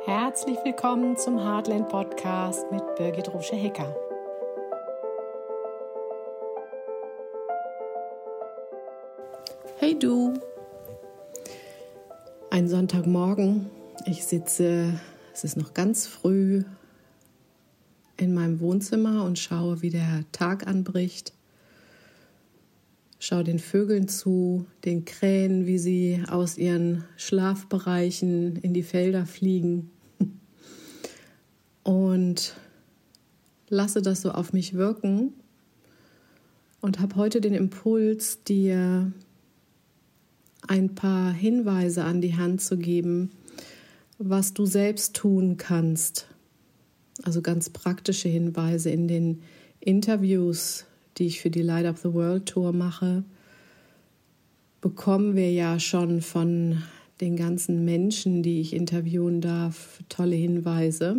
Herzlich willkommen zum Heartland Podcast mit Birgit Rusche-Hecker. Hey du! Ein Sonntagmorgen. Ich sitze, es ist noch ganz früh, in meinem Wohnzimmer und schaue, wie der Tag anbricht. Schaue den Vögeln zu, den Krähen, wie sie aus ihren Schlafbereichen in die Felder fliegen. Und lasse das so auf mich wirken und habe heute den Impuls, dir ein paar Hinweise an die Hand zu geben, was du selbst tun kannst. Also ganz praktische Hinweise in den Interviews, die ich für die Light Up the World Tour mache, bekommen wir ja schon von den ganzen Menschen, die ich interviewen darf, tolle Hinweise.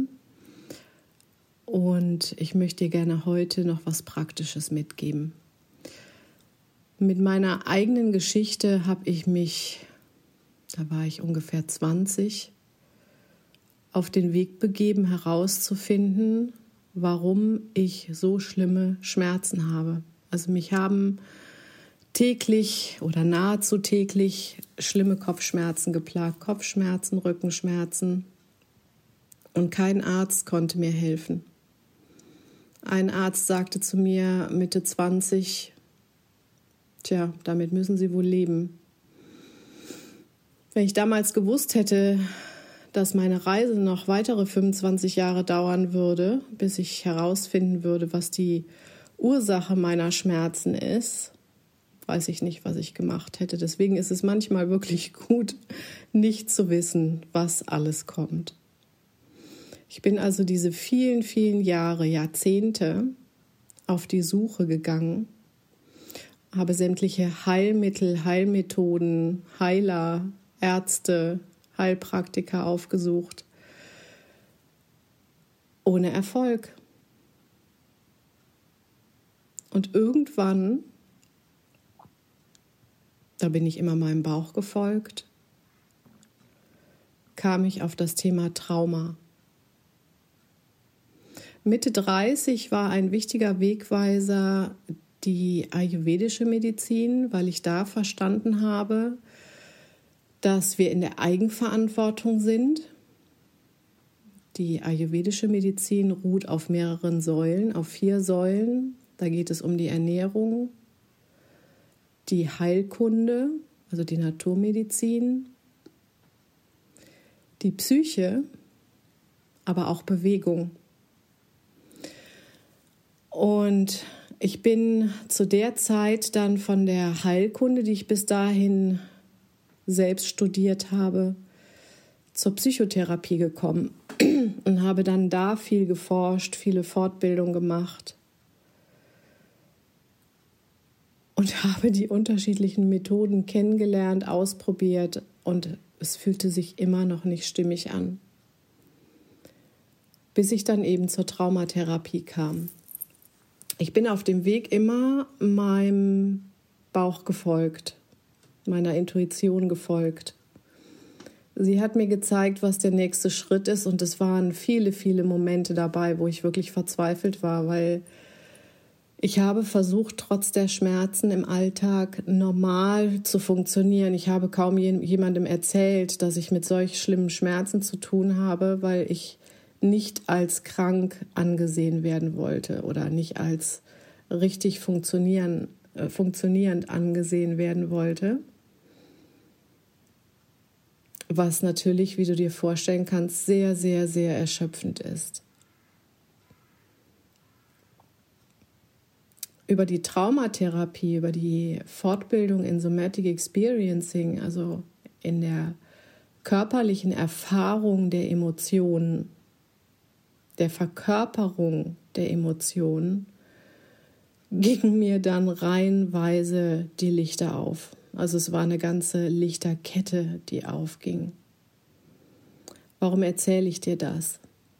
Und ich möchte dir gerne heute noch was Praktisches mitgeben. Mit meiner eigenen Geschichte habe ich mich, da war ich ungefähr 20, auf den Weg begeben, herauszufinden, warum ich so schlimme Schmerzen habe. Also mich haben täglich oder nahezu täglich schlimme Kopfschmerzen geplagt, Kopfschmerzen, Rückenschmerzen, und kein Arzt konnte mir helfen. Ein Arzt sagte zu mir Mitte 20, tja, damit müssen Sie wohl leben. Wenn ich damals gewusst hätte, dass meine Reise noch weitere 25 Jahre dauern würde, bis ich herausfinden würde, was die Ursache meiner Schmerzen ist, weiß ich nicht, was ich gemacht hätte. Deswegen ist es manchmal wirklich gut, nicht zu wissen, was alles kommt. Ich bin also diese vielen, vielen Jahre, Jahrzehnte auf die Suche gegangen, habe sämtliche Heilmittel, Heilmethoden, Heiler, Ärzte, Heilpraktiker aufgesucht, ohne Erfolg. Und irgendwann, da bin ich immer meinem Bauch gefolgt, kam ich auf das Thema Trauma. Mitte 30 war ein wichtiger Wegweiser die ayurvedische Medizin, weil ich da verstanden habe, dass wir in der Eigenverantwortung sind. Die ayurvedische Medizin ruht auf mehreren Säulen, auf 4 Säulen. Da geht es um die Ernährung, die Heilkunde, also die Naturmedizin, die Psyche, aber auch Bewegung. Und ich bin zu der Zeit dann von der Heilkunde, die ich bis dahin selbst studiert habe, zur Psychotherapie gekommen und habe dann da viel geforscht, viele Fortbildungen gemacht und habe die unterschiedlichen Methoden kennengelernt, ausprobiert, und es fühlte sich immer noch nicht stimmig an, bis ich dann eben zur Traumatherapie kam. Ich bin auf dem Weg immer meinem Bauch gefolgt, meiner Intuition gefolgt. Sie hat mir gezeigt, was der nächste Schritt ist, und es waren viele, viele Momente dabei, wo ich wirklich verzweifelt war, weil ich habe versucht, trotz der Schmerzen im Alltag normal zu funktionieren. Ich habe kaum jemandem erzählt, dass ich mit solch schlimmen Schmerzen zu tun habe, weil ich nicht als krank angesehen werden wollte oder nicht als richtig funktionierend angesehen werden wollte. Was natürlich, wie du dir vorstellen kannst, sehr, sehr, sehr erschöpfend ist. Über die Traumatherapie, über die Fortbildung in Somatic Experiencing, also in der körperlichen Erfahrung der Emotionen, der Verkörperung der Emotionen, gingen mir dann reihenweise die Lichter auf. Also es war eine ganze Lichterkette, die aufging. Warum erzähle ich dir das?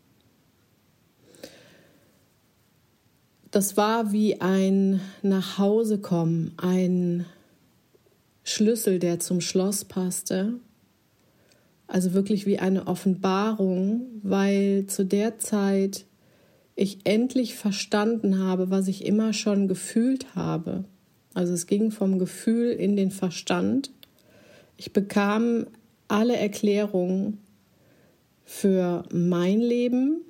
Das war wie ein Nachhausekommen, ein Schlüssel, der zum Schloss passte, Also wirklich wie eine Offenbarung, weil zu der Zeit ich endlich verstanden habe, was ich immer schon gefühlt habe. Also es ging vom Gefühl in den Verstand. Ich bekam alle Erklärungen für mein Leben,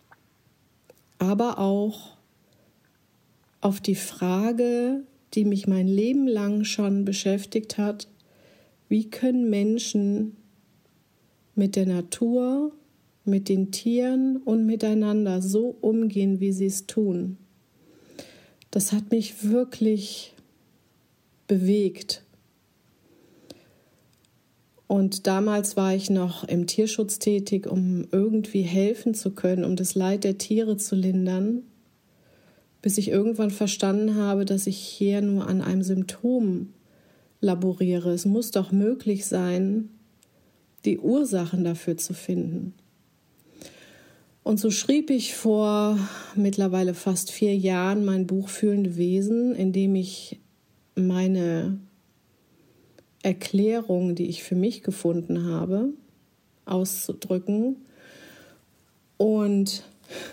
aber auch auf die Frage, die mich mein Leben lang schon beschäftigt hat: Wie können Menschen mit der Natur, mit den Tieren und miteinander so umgehen, wie sie es tun? Das hat mich wirklich bewegt. Und damals war ich noch im Tierschutz tätig, um irgendwie helfen zu können, um das Leid der Tiere zu lindern, bis ich irgendwann verstanden habe, dass ich hier nur an einem Symptom laboriere. Es muss doch möglich sein, die Ursachen dafür zu finden. Und so schrieb ich vor mittlerweile fast 4 Jahren mein Buch Fühlende Wesen, in dem ich meine Erklärung, die ich für mich gefunden habe, auszudrücken. Und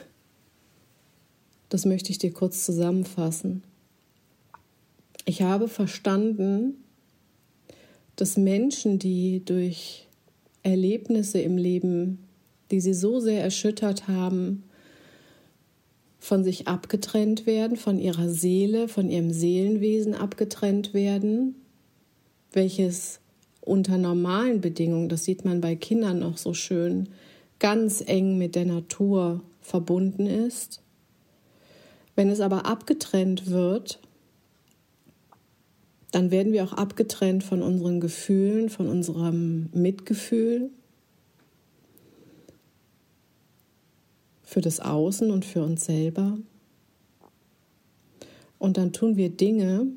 das möchte ich dir kurz zusammenfassen. Ich habe verstanden, dass Menschen, die durch Erlebnisse im Leben, die sie so sehr erschüttert haben, von sich abgetrennt werden, von ihrer Seele, von ihrem Seelenwesen abgetrennt werden, welches unter normalen Bedingungen, das sieht man bei Kindern noch so schön, ganz eng mit der Natur verbunden ist. Wenn es aber abgetrennt wird, dann werden wir auch abgetrennt von unseren Gefühlen, von unserem Mitgefühl für das Außen und für uns selber. Und dann tun wir Dinge,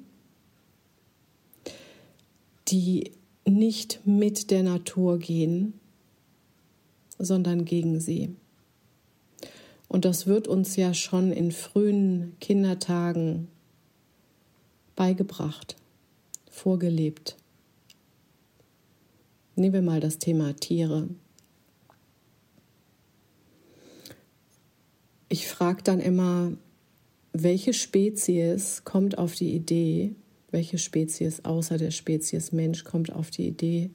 die nicht mit der Natur gehen, sondern gegen sie. Und das wird uns ja schon in frühen Kindertagen beigebracht, vorgelebt. Nehmen wir mal das Thema Tiere. Ich frage dann immer, welche Spezies kommt auf die Idee, welche Spezies außer der Spezies Mensch kommt auf die Idee,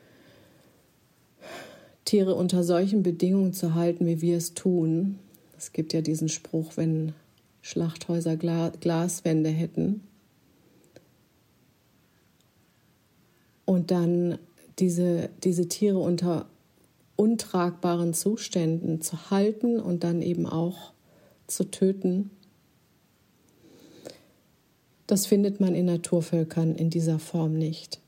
Tiere unter solchen Bedingungen zu halten, wie wir es tun. Es gibt ja diesen Spruch, wenn Schlachthäuser Glaswände hätten. Und dann diese Tiere unter untragbaren Zuständen zu halten und dann eben auch zu töten. Das findet man in Naturvölkern in dieser Form nicht.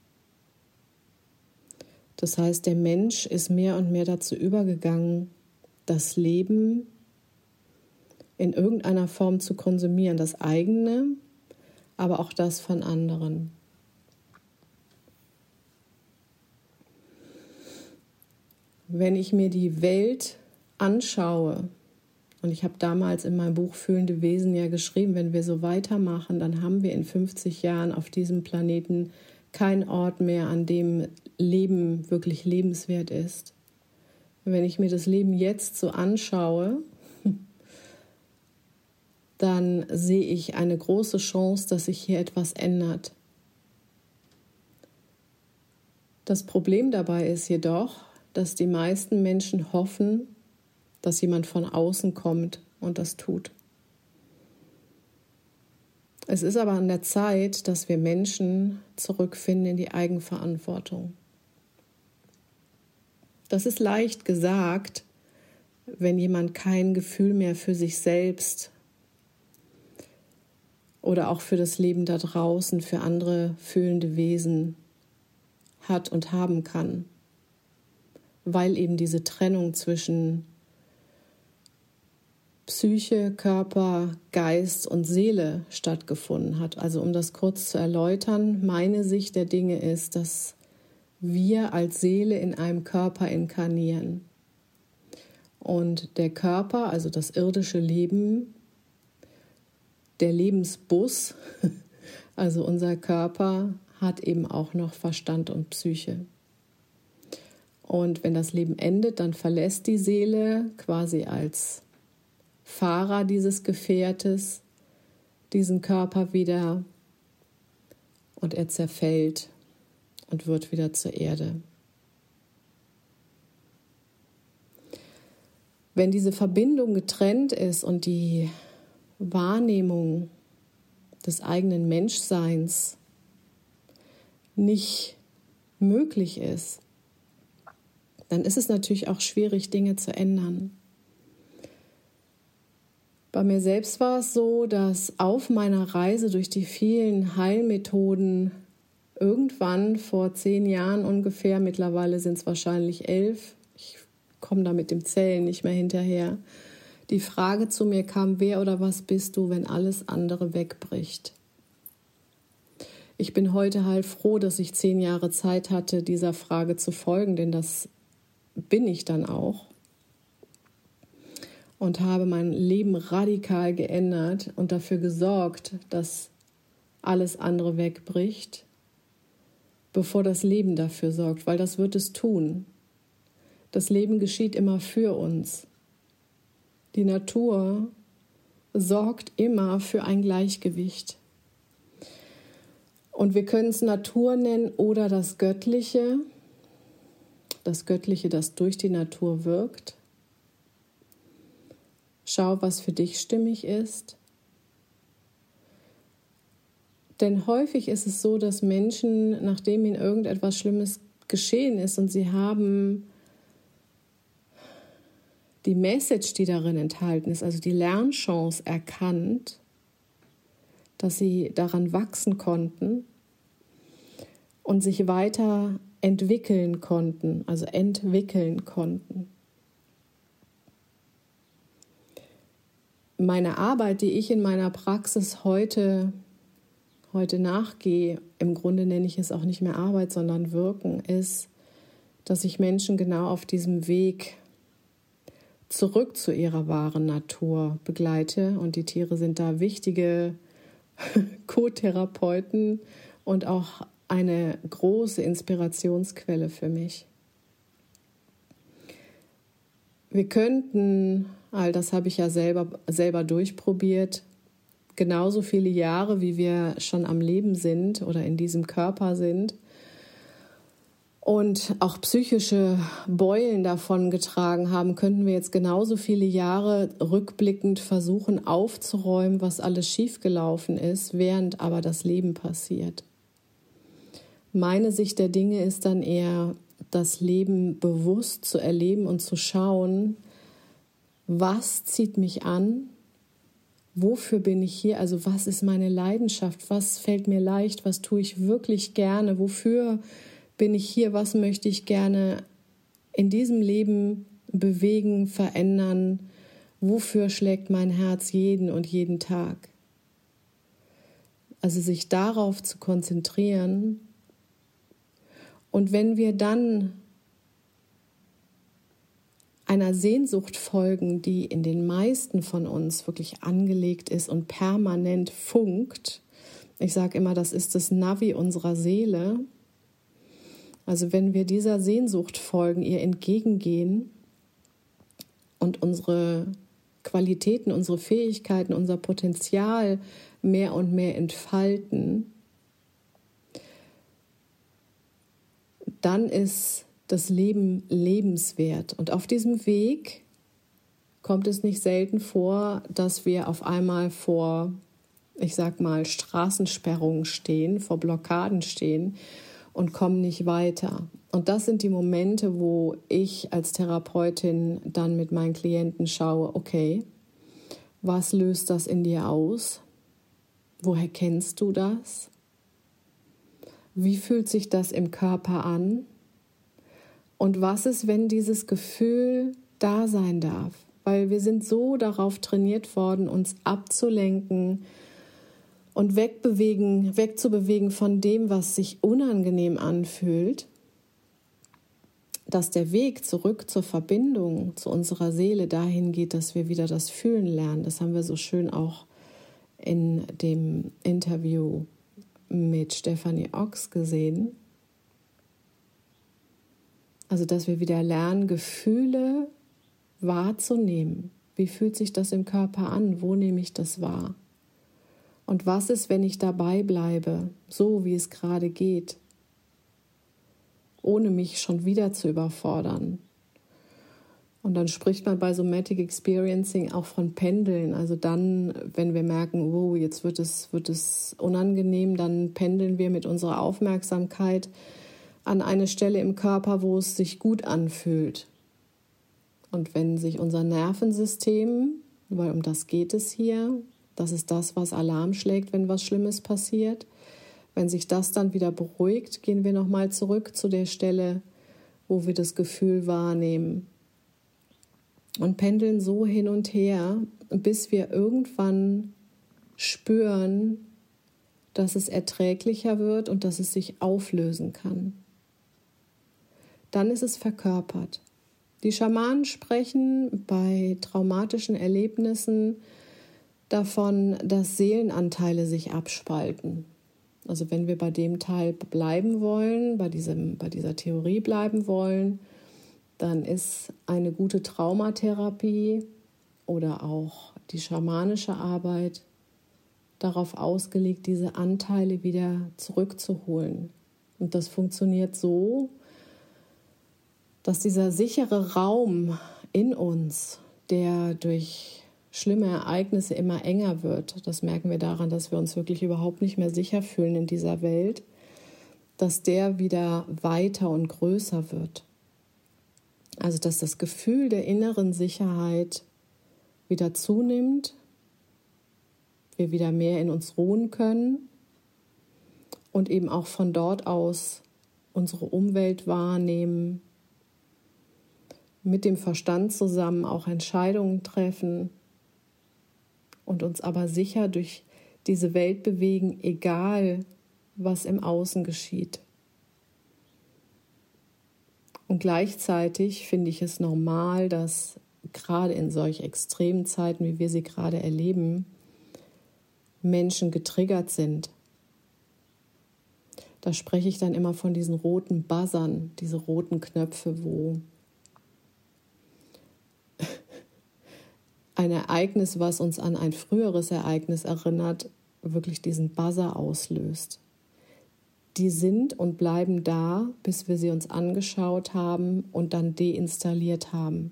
Das heißt, der Mensch ist mehr und mehr dazu übergegangen, das Leben in irgendeiner Form zu konsumieren, das eigene, aber auch das von anderen. Wenn ich mir die Welt anschaue, und ich habe damals in meinem Buch Fühlende Wesen ja geschrieben, wenn wir so weitermachen, dann haben wir in 50 Jahren auf diesem Planeten keinen Ort mehr, an dem Leben wirklich lebenswert ist. Wenn ich mir das Leben jetzt so anschaue, dann sehe ich eine große Chance, dass sich hier etwas ändert. Das Problem dabei ist jedoch, dass die meisten Menschen hoffen, dass jemand von außen kommt und das tut. Es ist aber an der Zeit, dass wir Menschen zurückfinden in die Eigenverantwortung. Das ist leicht gesagt, wenn jemand kein Gefühl mehr für sich selbst oder auch für das Leben da draußen, für andere fühlende Wesen hat und haben kann, weil eben diese Trennung zwischen Psyche, Körper, Geist und Seele stattgefunden hat. Also um das kurz zu erläutern, meine Sicht der Dinge ist, dass wir als Seele in einem Körper inkarnieren. Und der Körper, also das irdische Leben, der Lebensbus, also unser Körper, hat eben auch noch Verstand und Psyche. Und wenn das Leben endet, dann verlässt die Seele quasi als Fahrer dieses Gefährtes diesen Körper wieder und er zerfällt und wird wieder zur Erde. Wenn diese Verbindung getrennt ist und die Wahrnehmung des eigenen Menschseins nicht möglich ist, dann ist es natürlich auch schwierig, Dinge zu ändern. Bei mir selbst war es so, dass auf meiner Reise durch die vielen Heilmethoden irgendwann vor 10 Jahren ungefähr, mittlerweile sind es wahrscheinlich 11, ich komme da mit dem Zählen nicht mehr hinterher, die Frage zu mir kam: Wer oder was bist du, wenn alles andere wegbricht? Ich bin heute halt froh, dass ich 10 Jahre Zeit hatte, dieser Frage zu folgen, denn das bin ich dann auch. Und habe mein Leben radikal geändert und dafür gesorgt, dass alles andere wegbricht, bevor das Leben dafür sorgt, weil das wird es tun. Das Leben geschieht immer für uns. Die Natur sorgt immer für ein Gleichgewicht. Und wir können es Natur nennen oder das Göttliche, das durch die Natur wirkt. Schau, was für dich stimmig ist. Denn häufig ist es so, dass Menschen, nachdem ihnen irgendetwas Schlimmes geschehen ist und sie haben die Message, die darin enthalten ist, also die Lernchance erkannt, dass sie daran wachsen konnten und sich weiter entwickeln konnten. Meine Arbeit, die ich in meiner Praxis heute nachgehe, im Grunde nenne ich es auch nicht mehr Arbeit, sondern Wirken, ist, dass ich Menschen genau auf diesem Weg zurück zu ihrer wahren Natur begleite. Und die Tiere sind da wichtige Co-Therapeuten und auch eine große Inspirationsquelle für mich. Wir könnten, all das habe ich ja selber durchprobiert, genauso viele Jahre, wie wir schon am Leben sind oder in diesem Körper sind und auch psychische Beulen davon getragen haben, könnten wir jetzt genauso viele Jahre rückblickend versuchen aufzuräumen, was alles schiefgelaufen ist, während aber das Leben passiert. Meine Sicht der Dinge ist dann eher, das Leben bewusst zu erleben und zu schauen, was zieht mich an, wofür bin ich hier, also was ist meine Leidenschaft, was fällt mir leicht, was tue ich wirklich gerne, wofür bin ich hier, was möchte ich gerne in diesem Leben bewegen, verändern, wofür schlägt mein Herz jeden Tag. Also sich darauf zu konzentrieren. Und wenn wir dann einer Sehnsucht folgen, die in den meisten von uns wirklich angelegt ist und permanent funkt, ich sage immer, das ist das Navi unserer Seele. Also wenn wir dieser Sehnsucht folgen, ihr entgegengehen und unsere Qualitäten, unsere Fähigkeiten, unser Potenzial mehr und mehr entfalten, dann ist das Leben lebenswert. Und auf diesem Weg kommt es nicht selten vor, dass wir auf einmal vor, ich sag mal, Straßensperrungen stehen, vor Blockaden stehen und kommen nicht weiter. Und das sind die Momente, wo ich als Therapeutin dann mit meinen Klienten schaue, okay, was löst das in dir aus? Woher kennst du das? Wie fühlt sich das im Körper an? Und was ist, wenn dieses Gefühl da sein darf? Weil wir sind so darauf trainiert worden, uns abzulenken und wegzubewegen von dem, was sich unangenehm anfühlt, dass der Weg zurück zur Verbindung zu unserer Seele dahin geht, dass wir wieder das Fühlen lernen. Das haben wir so schön auch in dem Interview mit Stephanie Ochs gesehen. Also, dass wir wieder lernen, Gefühle wahrzunehmen. Wie fühlt sich das im Körper an? Wo nehme ich das wahr? Und was ist, wenn ich dabei bleibe, so wie es gerade geht, ohne mich schon wieder zu überfordern? Und dann spricht man bei Somatic Experiencing auch von Pendeln. Also dann, wenn wir merken, oh, jetzt wird es unangenehm, dann pendeln wir mit unserer Aufmerksamkeit an eine Stelle im Körper, wo es sich gut anfühlt. Und wenn sich unser Nervensystem, weil um das geht es hier, das ist das, was Alarm schlägt, wenn was Schlimmes passiert, wenn sich das dann wieder beruhigt, gehen wir nochmal zurück zu der Stelle, wo wir das Gefühl wahrnehmen. Und pendeln so hin und her, bis wir irgendwann spüren, dass es erträglicher wird und dass es sich auflösen kann. Dann ist es verkörpert. Die Schamanen sprechen bei traumatischen Erlebnissen davon, dass Seelenanteile sich abspalten. Also wenn wir bei dem Teil bleiben wollen, bei dieser Theorie bleiben wollen, dann ist eine gute Traumatherapie oder auch die schamanische Arbeit darauf ausgelegt, diese Anteile wieder zurückzuholen. Und das funktioniert so, dass dieser sichere Raum in uns, der durch schlimme Ereignisse immer enger wird, das merken wir daran, dass wir uns wirklich überhaupt nicht mehr sicher fühlen in dieser Welt, dass der wieder weiter und größer wird. Also dass das Gefühl der inneren Sicherheit wieder zunimmt, wir wieder mehr in uns ruhen können und eben auch von dort aus unsere Umwelt wahrnehmen, mit dem Verstand zusammen auch Entscheidungen treffen und uns aber sicher durch diese Welt bewegen, egal was im Außen geschieht. Und gleichzeitig finde ich es normal, dass gerade in solch extremen Zeiten, wie wir sie gerade erleben, Menschen getriggert sind. Da spreche ich dann immer von diesen roten Buzzern, diese roten Knöpfe, wo ein Ereignis, was uns an ein früheres Ereignis erinnert, wirklich diesen Buzzer auslöst. Die sind und bleiben da, bis wir sie uns angeschaut haben und dann deinstalliert haben.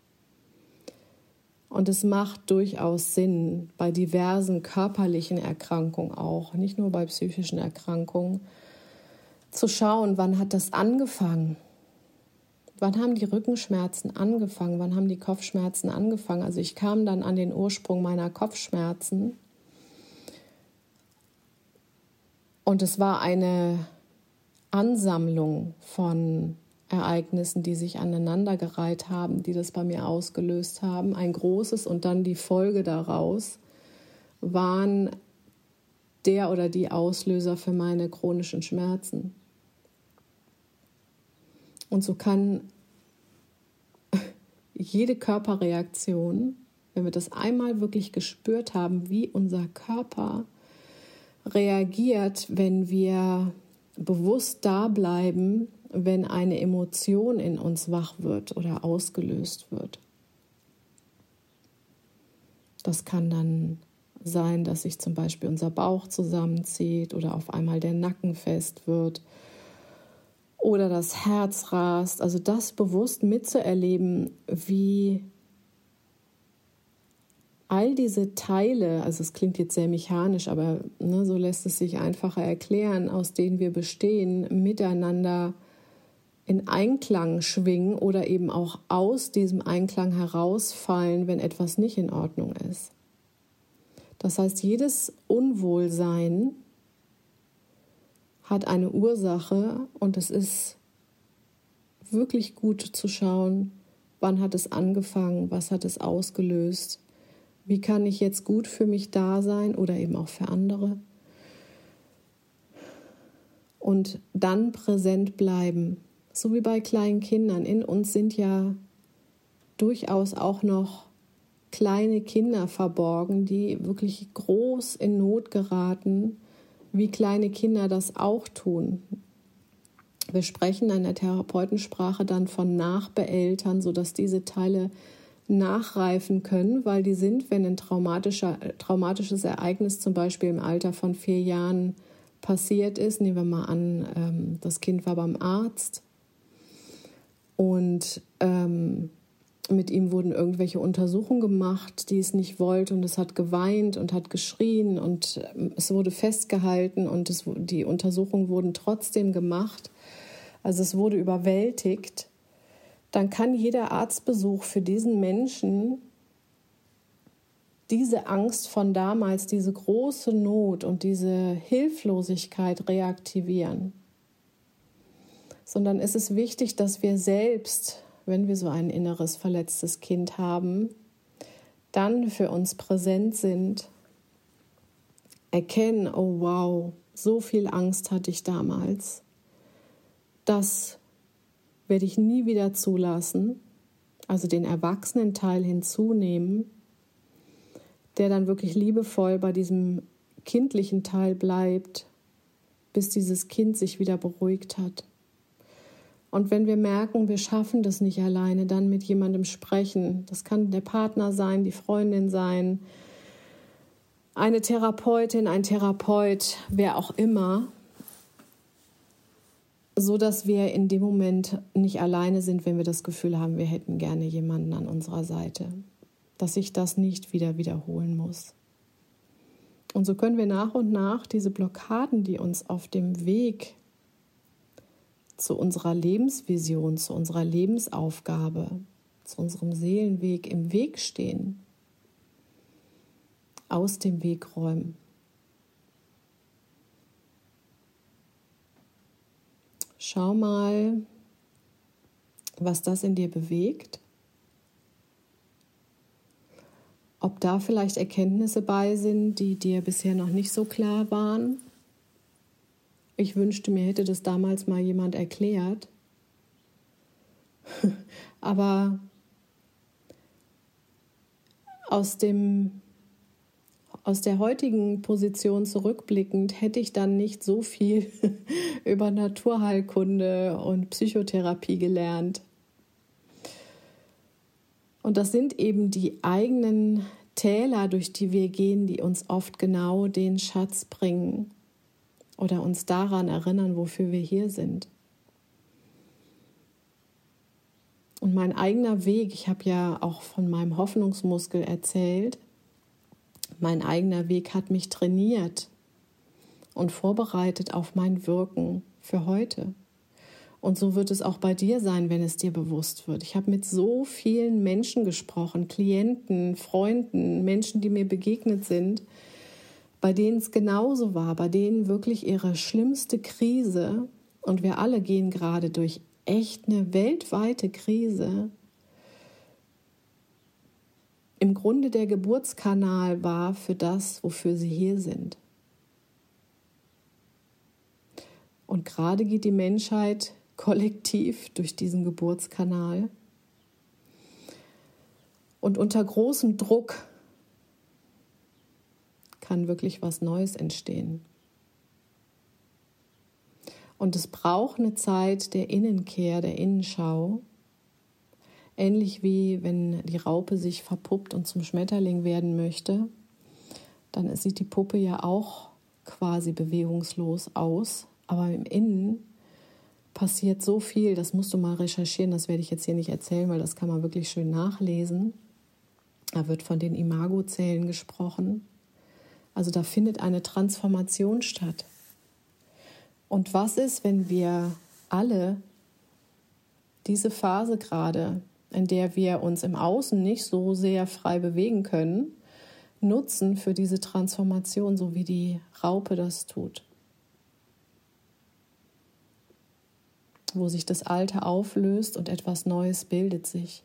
Und es macht durchaus Sinn, bei diversen körperlichen Erkrankungen auch, nicht nur bei psychischen Erkrankungen, zu schauen, wann hat das angefangen? Wann haben die Rückenschmerzen angefangen? Wann haben die Kopfschmerzen angefangen? Also ich kam dann an den Ursprung meiner Kopfschmerzen. Und es war eine Ansammlung von Ereignissen, die sich aneinandergereiht haben, die das bei mir ausgelöst haben. Ein großes und dann die Folge daraus waren der oder die Auslöser für meine chronischen Schmerzen. Und so kann jede Körperreaktion, wenn wir das einmal wirklich gespürt haben, wie unser Körper reagiert, wenn wir bewusst da bleiben, wenn eine Emotion in uns wach wird oder ausgelöst wird. Das kann dann sein, dass sich zum Beispiel unser Bauch zusammenzieht oder auf einmal der Nacken fest wird oder das Herz rast. Also das bewusst mitzuerleben, wie all diese Teile, also es klingt jetzt sehr mechanisch, aber so lässt es sich einfacher erklären, aus denen wir bestehen, miteinander in Einklang schwingen oder eben auch aus diesem Einklang herausfallen, wenn etwas nicht in Ordnung ist. Das heißt, jedes Unwohlsein hat eine Ursache und es ist wirklich gut zu schauen, wann hat es angefangen, was hat es ausgelöst. Wie kann ich jetzt gut für mich da sein oder eben auch für andere? Und dann präsent bleiben. So wie bei kleinen Kindern. In uns sind ja durchaus auch noch kleine Kinder verborgen, die wirklich groß in Not geraten, wie kleine Kinder das auch tun. Wir sprechen in der Therapeutensprache dann von Nachbeeltern, sodass diese Teile nachreifen können, weil die sind, wenn ein traumatisches Ereignis zum Beispiel im Alter von 4 Jahren passiert ist, nehmen wir mal an, das Kind war beim Arzt und mit ihm wurden irgendwelche Untersuchungen gemacht, die es nicht wollte, und es hat geweint und hat geschrien und es wurde festgehalten und die Untersuchungen wurden trotzdem gemacht. Also es wurde überwältigt. Dann kann jeder Arztbesuch für diesen Menschen diese Angst von damals, diese große Not und diese Hilflosigkeit reaktivieren. Sondern es ist wichtig, dass wir selbst, wenn wir so ein inneres verletztes Kind haben, dann für uns präsent sind, erkennen, oh wow, so viel Angst hatte ich damals. Das werde ich nie wieder zulassen, also den Erwachsenenteil hinzunehmen, der dann wirklich liebevoll bei diesem kindlichen Teil bleibt, bis dieses Kind sich wieder beruhigt hat. Und wenn wir merken, wir schaffen das nicht alleine, dann mit jemandem sprechen. Das kann der Partner sein, die Freundin sein, eine Therapeutin, ein Therapeut, wer auch immer, so dass wir in dem Moment nicht alleine sind, wenn wir das Gefühl haben, wir hätten gerne jemanden an unserer Seite, dass sich das nicht wieder wiederholen muss. Und so können wir nach und nach diese Blockaden, die uns auf dem Weg zu unserer Lebensvision, zu unserer Lebensaufgabe, zu unserem Seelenweg im Weg stehen, aus dem Weg räumen. Schau mal, was das in dir bewegt. Ob da vielleicht Erkenntnisse bei sind, die dir bisher noch nicht so klar waren. Ich wünschte, mir hätte das damals mal jemand erklärt. Aber aus der heutigen Position zurückblickend hätte ich dann nicht so viel über Naturheilkunde und Psychotherapie gelernt. Und das sind eben die eigenen Täler, durch die wir gehen, die uns oft genau den Schatz bringen oder uns daran erinnern, wofür wir hier sind. Und mein eigener Weg, ich habe ja auch von meinem Hoffnungsmuskel erzählt, mein eigener Weg hat mich trainiert und vorbereitet auf mein Wirken für heute. Und so wird es auch bei dir sein, wenn es dir bewusst wird. Ich habe mit so vielen Menschen gesprochen, Klienten, Freunden, Menschen, die mir begegnet sind, bei denen es genauso war, bei denen wirklich ihre schlimmste Krise, und wir alle gehen gerade durch echt eine weltweite Krise, im Grunde der Geburtskanal war für das, wofür sie hier sind. Und gerade geht die Menschheit kollektiv durch diesen Geburtskanal. Und unter großem Druck kann wirklich was Neues entstehen. Und es braucht eine Zeit der Innenkehr, der Innenschau. Ähnlich wie wenn die Raupe sich verpuppt und zum Schmetterling werden möchte, dann sieht die Puppe ja auch quasi bewegungslos aus. Aber im Innen passiert so viel, das musst du mal recherchieren, das werde ich jetzt hier nicht erzählen, weil das kann man wirklich schön nachlesen. Da wird von den Imagozellen gesprochen. Also da findet eine Transformation statt. Und was ist, wenn wir alle diese Phase gerade, in der wir uns im Außen nicht so sehr frei bewegen können, nutzen für diese Transformation, so wie die Raupe das tut? Wo sich das Alte auflöst und etwas Neues bildet sich.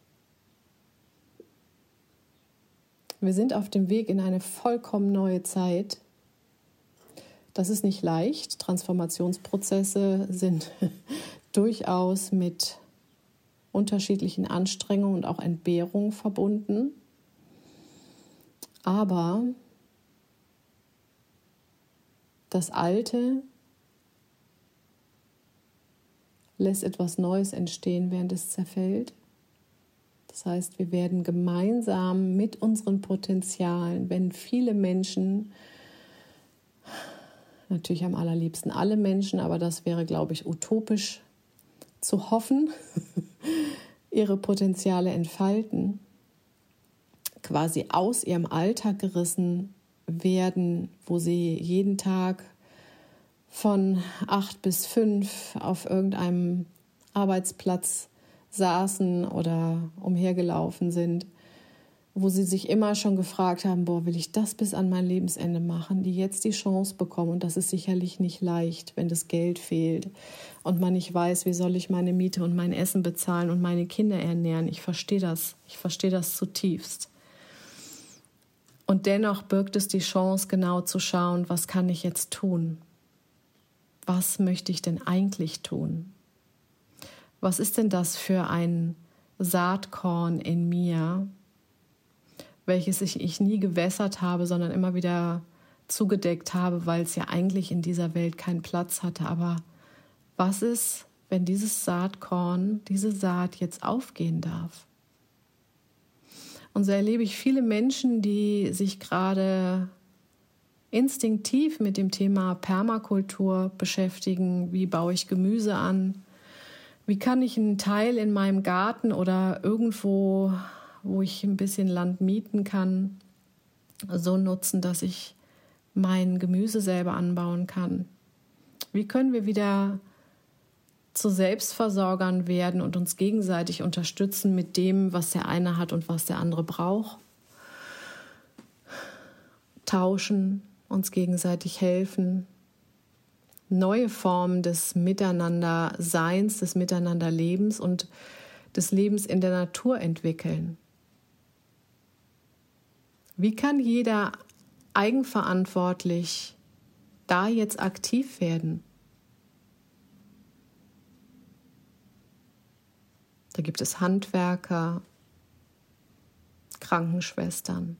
Wir sind auf dem Weg in eine vollkommen neue Zeit. Das ist nicht leicht. Transformationsprozesse sind durchaus mit unterschiedlichen Anstrengungen und auch Entbehrungen verbunden. Aber das Alte lässt etwas Neues entstehen, während es zerfällt. Das heißt, wir werden gemeinsam mit unseren Potenzialen, wenn viele Menschen, natürlich am allerliebsten alle Menschen, aber das wäre, glaube ich, utopisch zu hoffen, ihre Potenziale entfalten, quasi aus ihrem Alltag gerissen werden, wo sie jeden Tag von 8 bis 5 auf irgendeinem Arbeitsplatz saßen oder umhergelaufen sind, wo sie sich immer schon gefragt haben, will ich das bis an mein Lebensende machen, die jetzt die Chance bekommen. Und das ist sicherlich nicht leicht, wenn das Geld fehlt und man nicht weiß, wie soll ich meine Miete und mein Essen bezahlen und meine Kinder ernähren. Ich verstehe das zutiefst. Und dennoch birgt es die Chance, genau zu schauen, was kann ich jetzt tun? Was möchte ich denn eigentlich tun? Was ist denn das für ein Saatkorn in mir, welches ich nie gewässert habe, sondern immer wieder zugedeckt habe, weil es ja eigentlich in dieser Welt keinen Platz hatte. Aber was ist, wenn dieses Saatkorn, diese Saat jetzt aufgehen darf? Und so erlebe ich viele Menschen, die sich gerade instinktiv mit dem Thema Permakultur beschäftigen. Wie baue ich Gemüse an? Wie kann ich einen Teil in meinem Garten oder irgendwo, wo ich ein bisschen Land mieten kann, so nutzen, dass ich mein Gemüse selber anbauen kann? Wie können wir wieder zu Selbstversorgern werden und uns gegenseitig unterstützen mit dem, was der eine hat und was der andere braucht? Tauschen, uns gegenseitig helfen, neue Formen des Miteinanderseins, des Miteinanderlebens und des Lebens in der Natur entwickeln. Wie kann jeder eigenverantwortlich da jetzt aktiv werden? Da gibt es Handwerker, Krankenschwestern,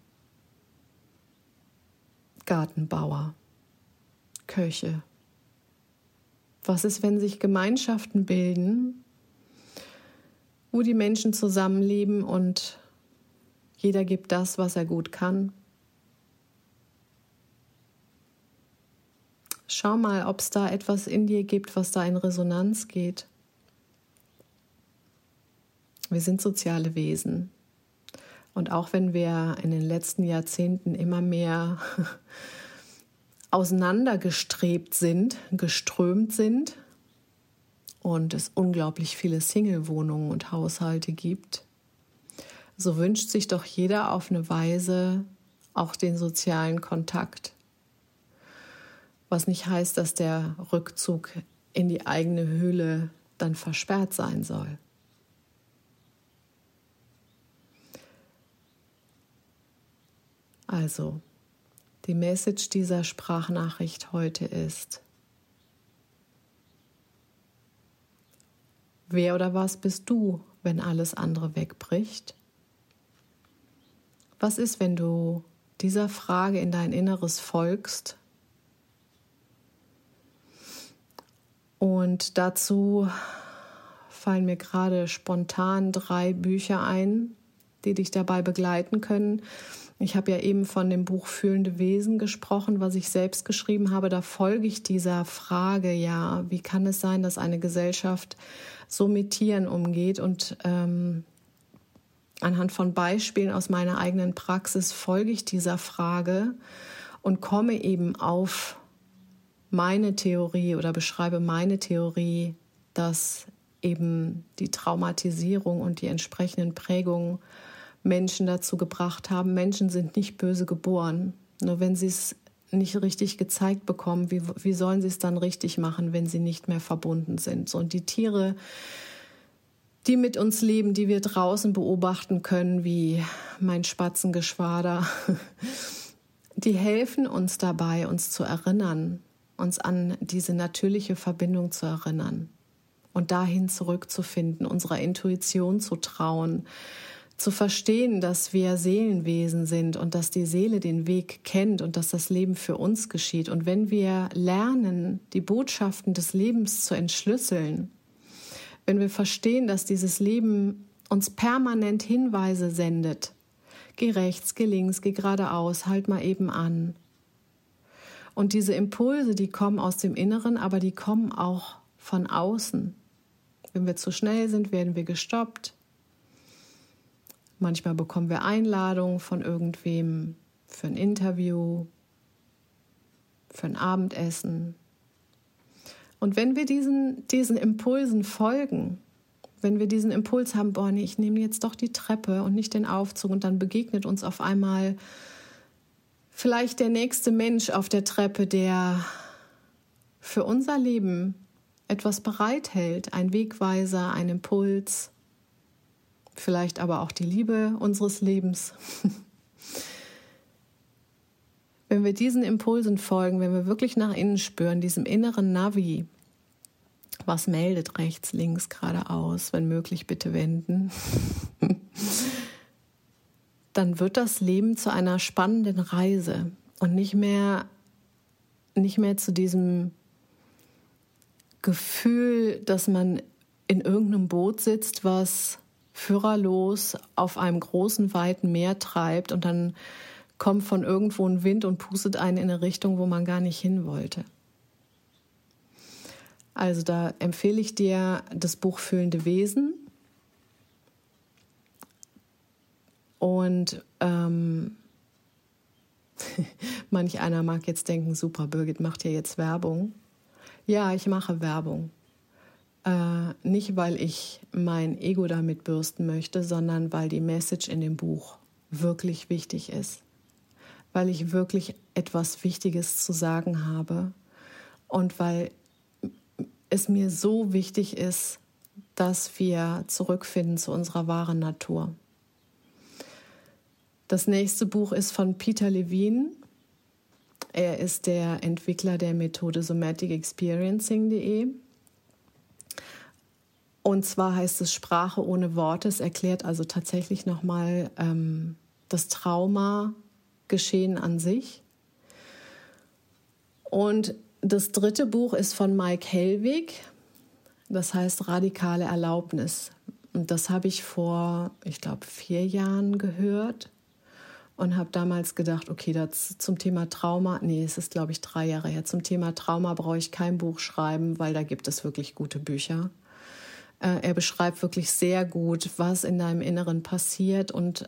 Gartenbauer, Köche. Was ist, wenn sich Gemeinschaften bilden, wo die Menschen zusammenleben und jeder gibt das, was er gut kann? Schau mal, ob es da etwas in dir gibt, was da in Resonanz geht. Wir sind soziale Wesen. Und auch wenn wir in den letzten Jahrzehnten immer mehr auseinandergestrebt sind, geströmt sind und es unglaublich viele Single-Wohnungen und Haushalte gibt, so wünscht sich doch jeder auf eine Weise auch den sozialen Kontakt. Was nicht heißt, dass der Rückzug in die eigene Höhle dann versperrt sein soll. Also, die Message dieser Sprachnachricht heute ist: Wer oder was bist du, wenn alles andere wegbricht? Was ist, wenn du dieser Frage in dein Inneres folgst? Und dazu fallen mir gerade spontan 3 Bücher ein, die dich dabei begleiten können. Ich habe ja eben von dem Buch Fühlende Wesen gesprochen, was ich selbst geschrieben habe. Da folge ich dieser Frage, ja, wie kann es sein, dass eine Gesellschaft so mit Tieren umgeht? Und anhand von Beispielen aus meiner eigenen Praxis folge ich dieser Frage und komme eben auf meine Theorie oder beschreibe meine Theorie, dass eben die Traumatisierung und die entsprechenden Prägungen Menschen dazu gebracht haben. Menschen sind nicht böse geboren. Nur wenn sie es nicht richtig gezeigt bekommen, wie sollen sie es dann richtig machen, wenn sie nicht mehr verbunden sind? So, und die Tiere, die mit uns leben, die wir draußen beobachten können, wie mein Spatzengeschwader, die helfen uns dabei, uns zu erinnern, uns an diese natürliche Verbindung zu erinnern und dahin zurückzufinden, unserer Intuition zu trauen, zu verstehen, dass wir Seelenwesen sind und dass die Seele den Weg kennt und dass das Leben für uns geschieht. Und wenn wir lernen, die Botschaften des Lebens zu entschlüsseln, wenn wir verstehen, dass dieses Leben uns permanent Hinweise sendet, geh rechts, geh links, geh geradeaus, halt mal eben an. Und diese Impulse, die kommen aus dem Inneren, aber die kommen auch von außen. Wenn wir zu schnell sind, werden wir gestoppt. Manchmal bekommen wir Einladungen von irgendwem für ein Interview, für ein Abendessen. Und wenn wir diesen Impulsen folgen, wenn wir diesen Impuls haben, boah, nee, ich nehme jetzt doch die Treppe und nicht den Aufzug, und dann begegnet uns auf einmal vielleicht der nächste Mensch auf der Treppe, der für unser Leben etwas bereithält, ein Wegweiser, ein Impuls, vielleicht aber auch die Liebe unseres Lebens. Wenn wir diesen Impulsen folgen, wenn wir wirklich nach innen spüren, diesem inneren Navi, was meldet rechts, links, geradeaus, wenn möglich bitte wenden, dann wird das Leben zu einer spannenden Reise und nicht mehr zu diesem Gefühl, dass man in irgendeinem Boot sitzt, was führerlos auf einem großen, weiten Meer treibt, und dann kommt von irgendwo ein Wind und pustet einen in eine Richtung, wo man gar nicht hin wollte. Also da empfehle ich dir das Buch Fühlende Wesen. Und manch einer mag jetzt denken, super, Birgit macht ja jetzt Werbung. Ja, ich mache Werbung. Nicht, weil ich mein Ego damit bürsten möchte, sondern weil die Message in dem Buch wirklich wichtig ist. Weil ich wirklich etwas Wichtiges zu sagen habe und weil es mir so wichtig ist, dass wir zurückfinden zu unserer wahren Natur. Das nächste Buch ist von Peter Levine. Er ist der Entwickler der Methode somaticexperiencing.de. Und zwar heißt es Sprache ohne Worte. Es erklärt also tatsächlich nochmal das Traumageschehen an sich. Und das dritte Buch ist von Mike Hellwig. Das heißt Radikale Erlaubnis. Und das habe ich vor, ich glaube, 4 Jahren gehört. Und habe damals gedacht, okay, das zum Thema Trauma, es ist, glaube ich, 3 Jahre her, zum Thema Trauma brauche ich kein Buch schreiben, weil da gibt es wirklich gute Bücher. Er beschreibt wirklich sehr gut, was in deinem Inneren passiert und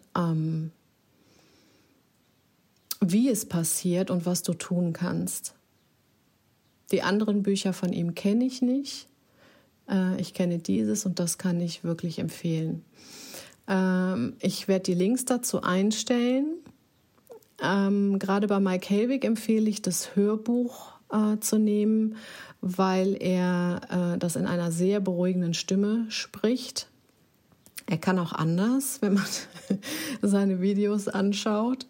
wie es passiert und was du tun kannst. Die anderen Bücher von ihm kenne ich nicht. Ich kenne dieses und das kann ich wirklich empfehlen. Ich werde die Links dazu einstellen. Gerade bei Mike Hellwig empfehle ich, das Hörbuch zu nehmen, weil er das in einer sehr beruhigenden Stimme spricht. Er kann auch anders, wenn man seine Videos anschaut.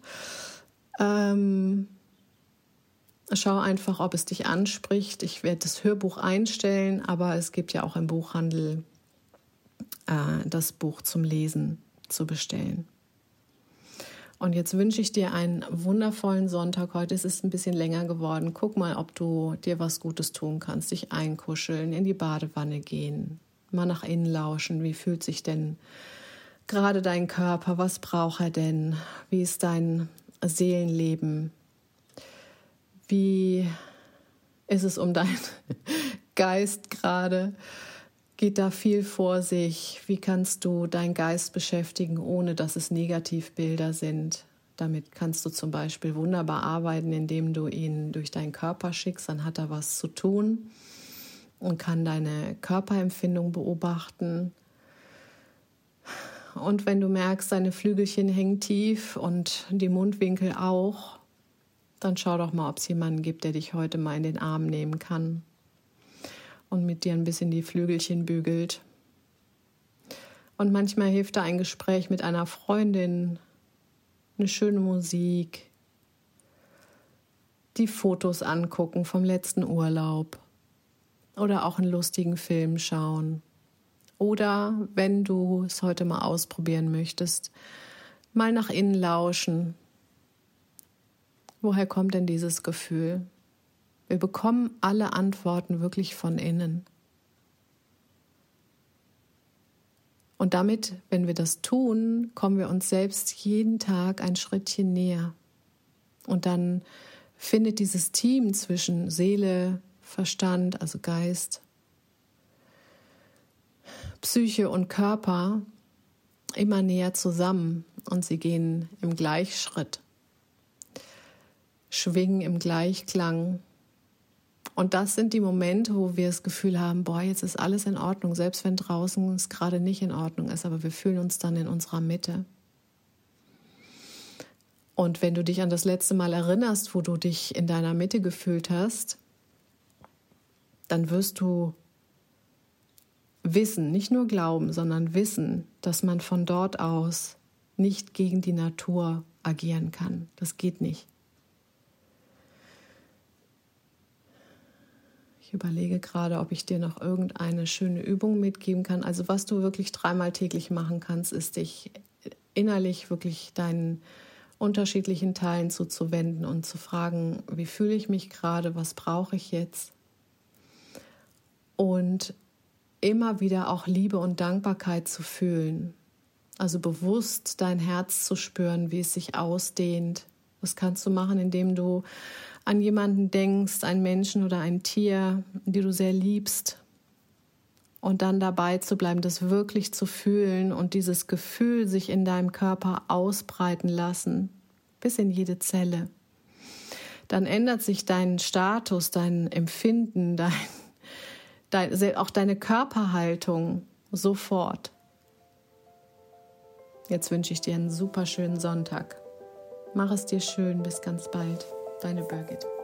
Schau einfach, ob es dich anspricht. Ich werde das Hörbuch einstellen, aber es gibt ja auch im Buchhandel das Buch zum Lesen zu bestellen. Und jetzt wünsche ich dir einen wundervollen Sonntag. Heute ist es ein bisschen länger geworden. Guck mal, ob du dir was Gutes tun kannst. Dich einkuscheln, in die Badewanne gehen, mal nach innen lauschen. Wie fühlt sich denn gerade dein Körper? Was braucht er denn? Wie ist dein Seelenleben? Wie ist es um deinen Geist gerade? Geht da viel vor sich? Wie kannst du deinen Geist beschäftigen, ohne dass es Negativbilder sind? Damit kannst du zum Beispiel wunderbar arbeiten, indem du ihn durch deinen Körper schickst. Dann hat er was zu tun und kann deine Körperempfindung beobachten. Und wenn du merkst, deine Flügelchen hängen tief und die Mundwinkel auch, dann schau doch mal, ob es jemanden gibt, der dich heute mal in den Arm nehmen kann und mit dir ein bisschen die Flügelchen bügelt. Und manchmal hilft da ein Gespräch mit einer Freundin, eine schöne Musik, die Fotos angucken vom letzten Urlaub oder auch einen lustigen Film schauen. Oder, wenn du es heute mal ausprobieren möchtest, mal nach innen lauschen. Woher kommt denn dieses Gefühl? Wir bekommen alle Antworten wirklich von innen. Und damit, wenn wir das tun, kommen wir uns selbst jeden Tag ein Schrittchen näher. Und dann findet dieses Team zwischen Seele, Verstand, also Geist, Psyche und Körper immer näher zusammen und sie gehen im Gleichschritt, schwingen im Gleichklang. Und das sind die Momente, wo wir das Gefühl haben, boah, jetzt ist alles in Ordnung, selbst wenn draußen es gerade nicht in Ordnung ist, aber wir fühlen uns dann in unserer Mitte. Und wenn du dich an das letzte Mal erinnerst, wo du dich in deiner Mitte gefühlt hast, dann wirst du wissen, nicht nur glauben, sondern wissen, dass man von dort aus nicht gegen die Natur agieren kann. Das geht nicht. Ich überlege gerade, ob ich dir noch irgendeine schöne Übung mitgeben kann. Also was du wirklich 3-mal täglich machen kannst, ist dich innerlich wirklich deinen unterschiedlichen Teilen zuzuwenden und zu fragen, wie fühle ich mich gerade, was brauche ich jetzt? Und immer wieder auch Liebe und Dankbarkeit zu fühlen. Also bewusst dein Herz zu spüren, wie es sich ausdehnt. Das kannst du machen, indem du an jemanden denkst, einen Menschen oder ein Tier, die du sehr liebst. Und dann dabei zu bleiben, das wirklich zu fühlen und dieses Gefühl sich in deinem Körper ausbreiten lassen, bis in jede Zelle. Dann ändert sich dein Status, dein Empfinden, auch deine Körperhaltung sofort. Jetzt wünsche ich dir einen super schönen Sonntag. Mach es dir schön, bis ganz bald. Deine Birgit.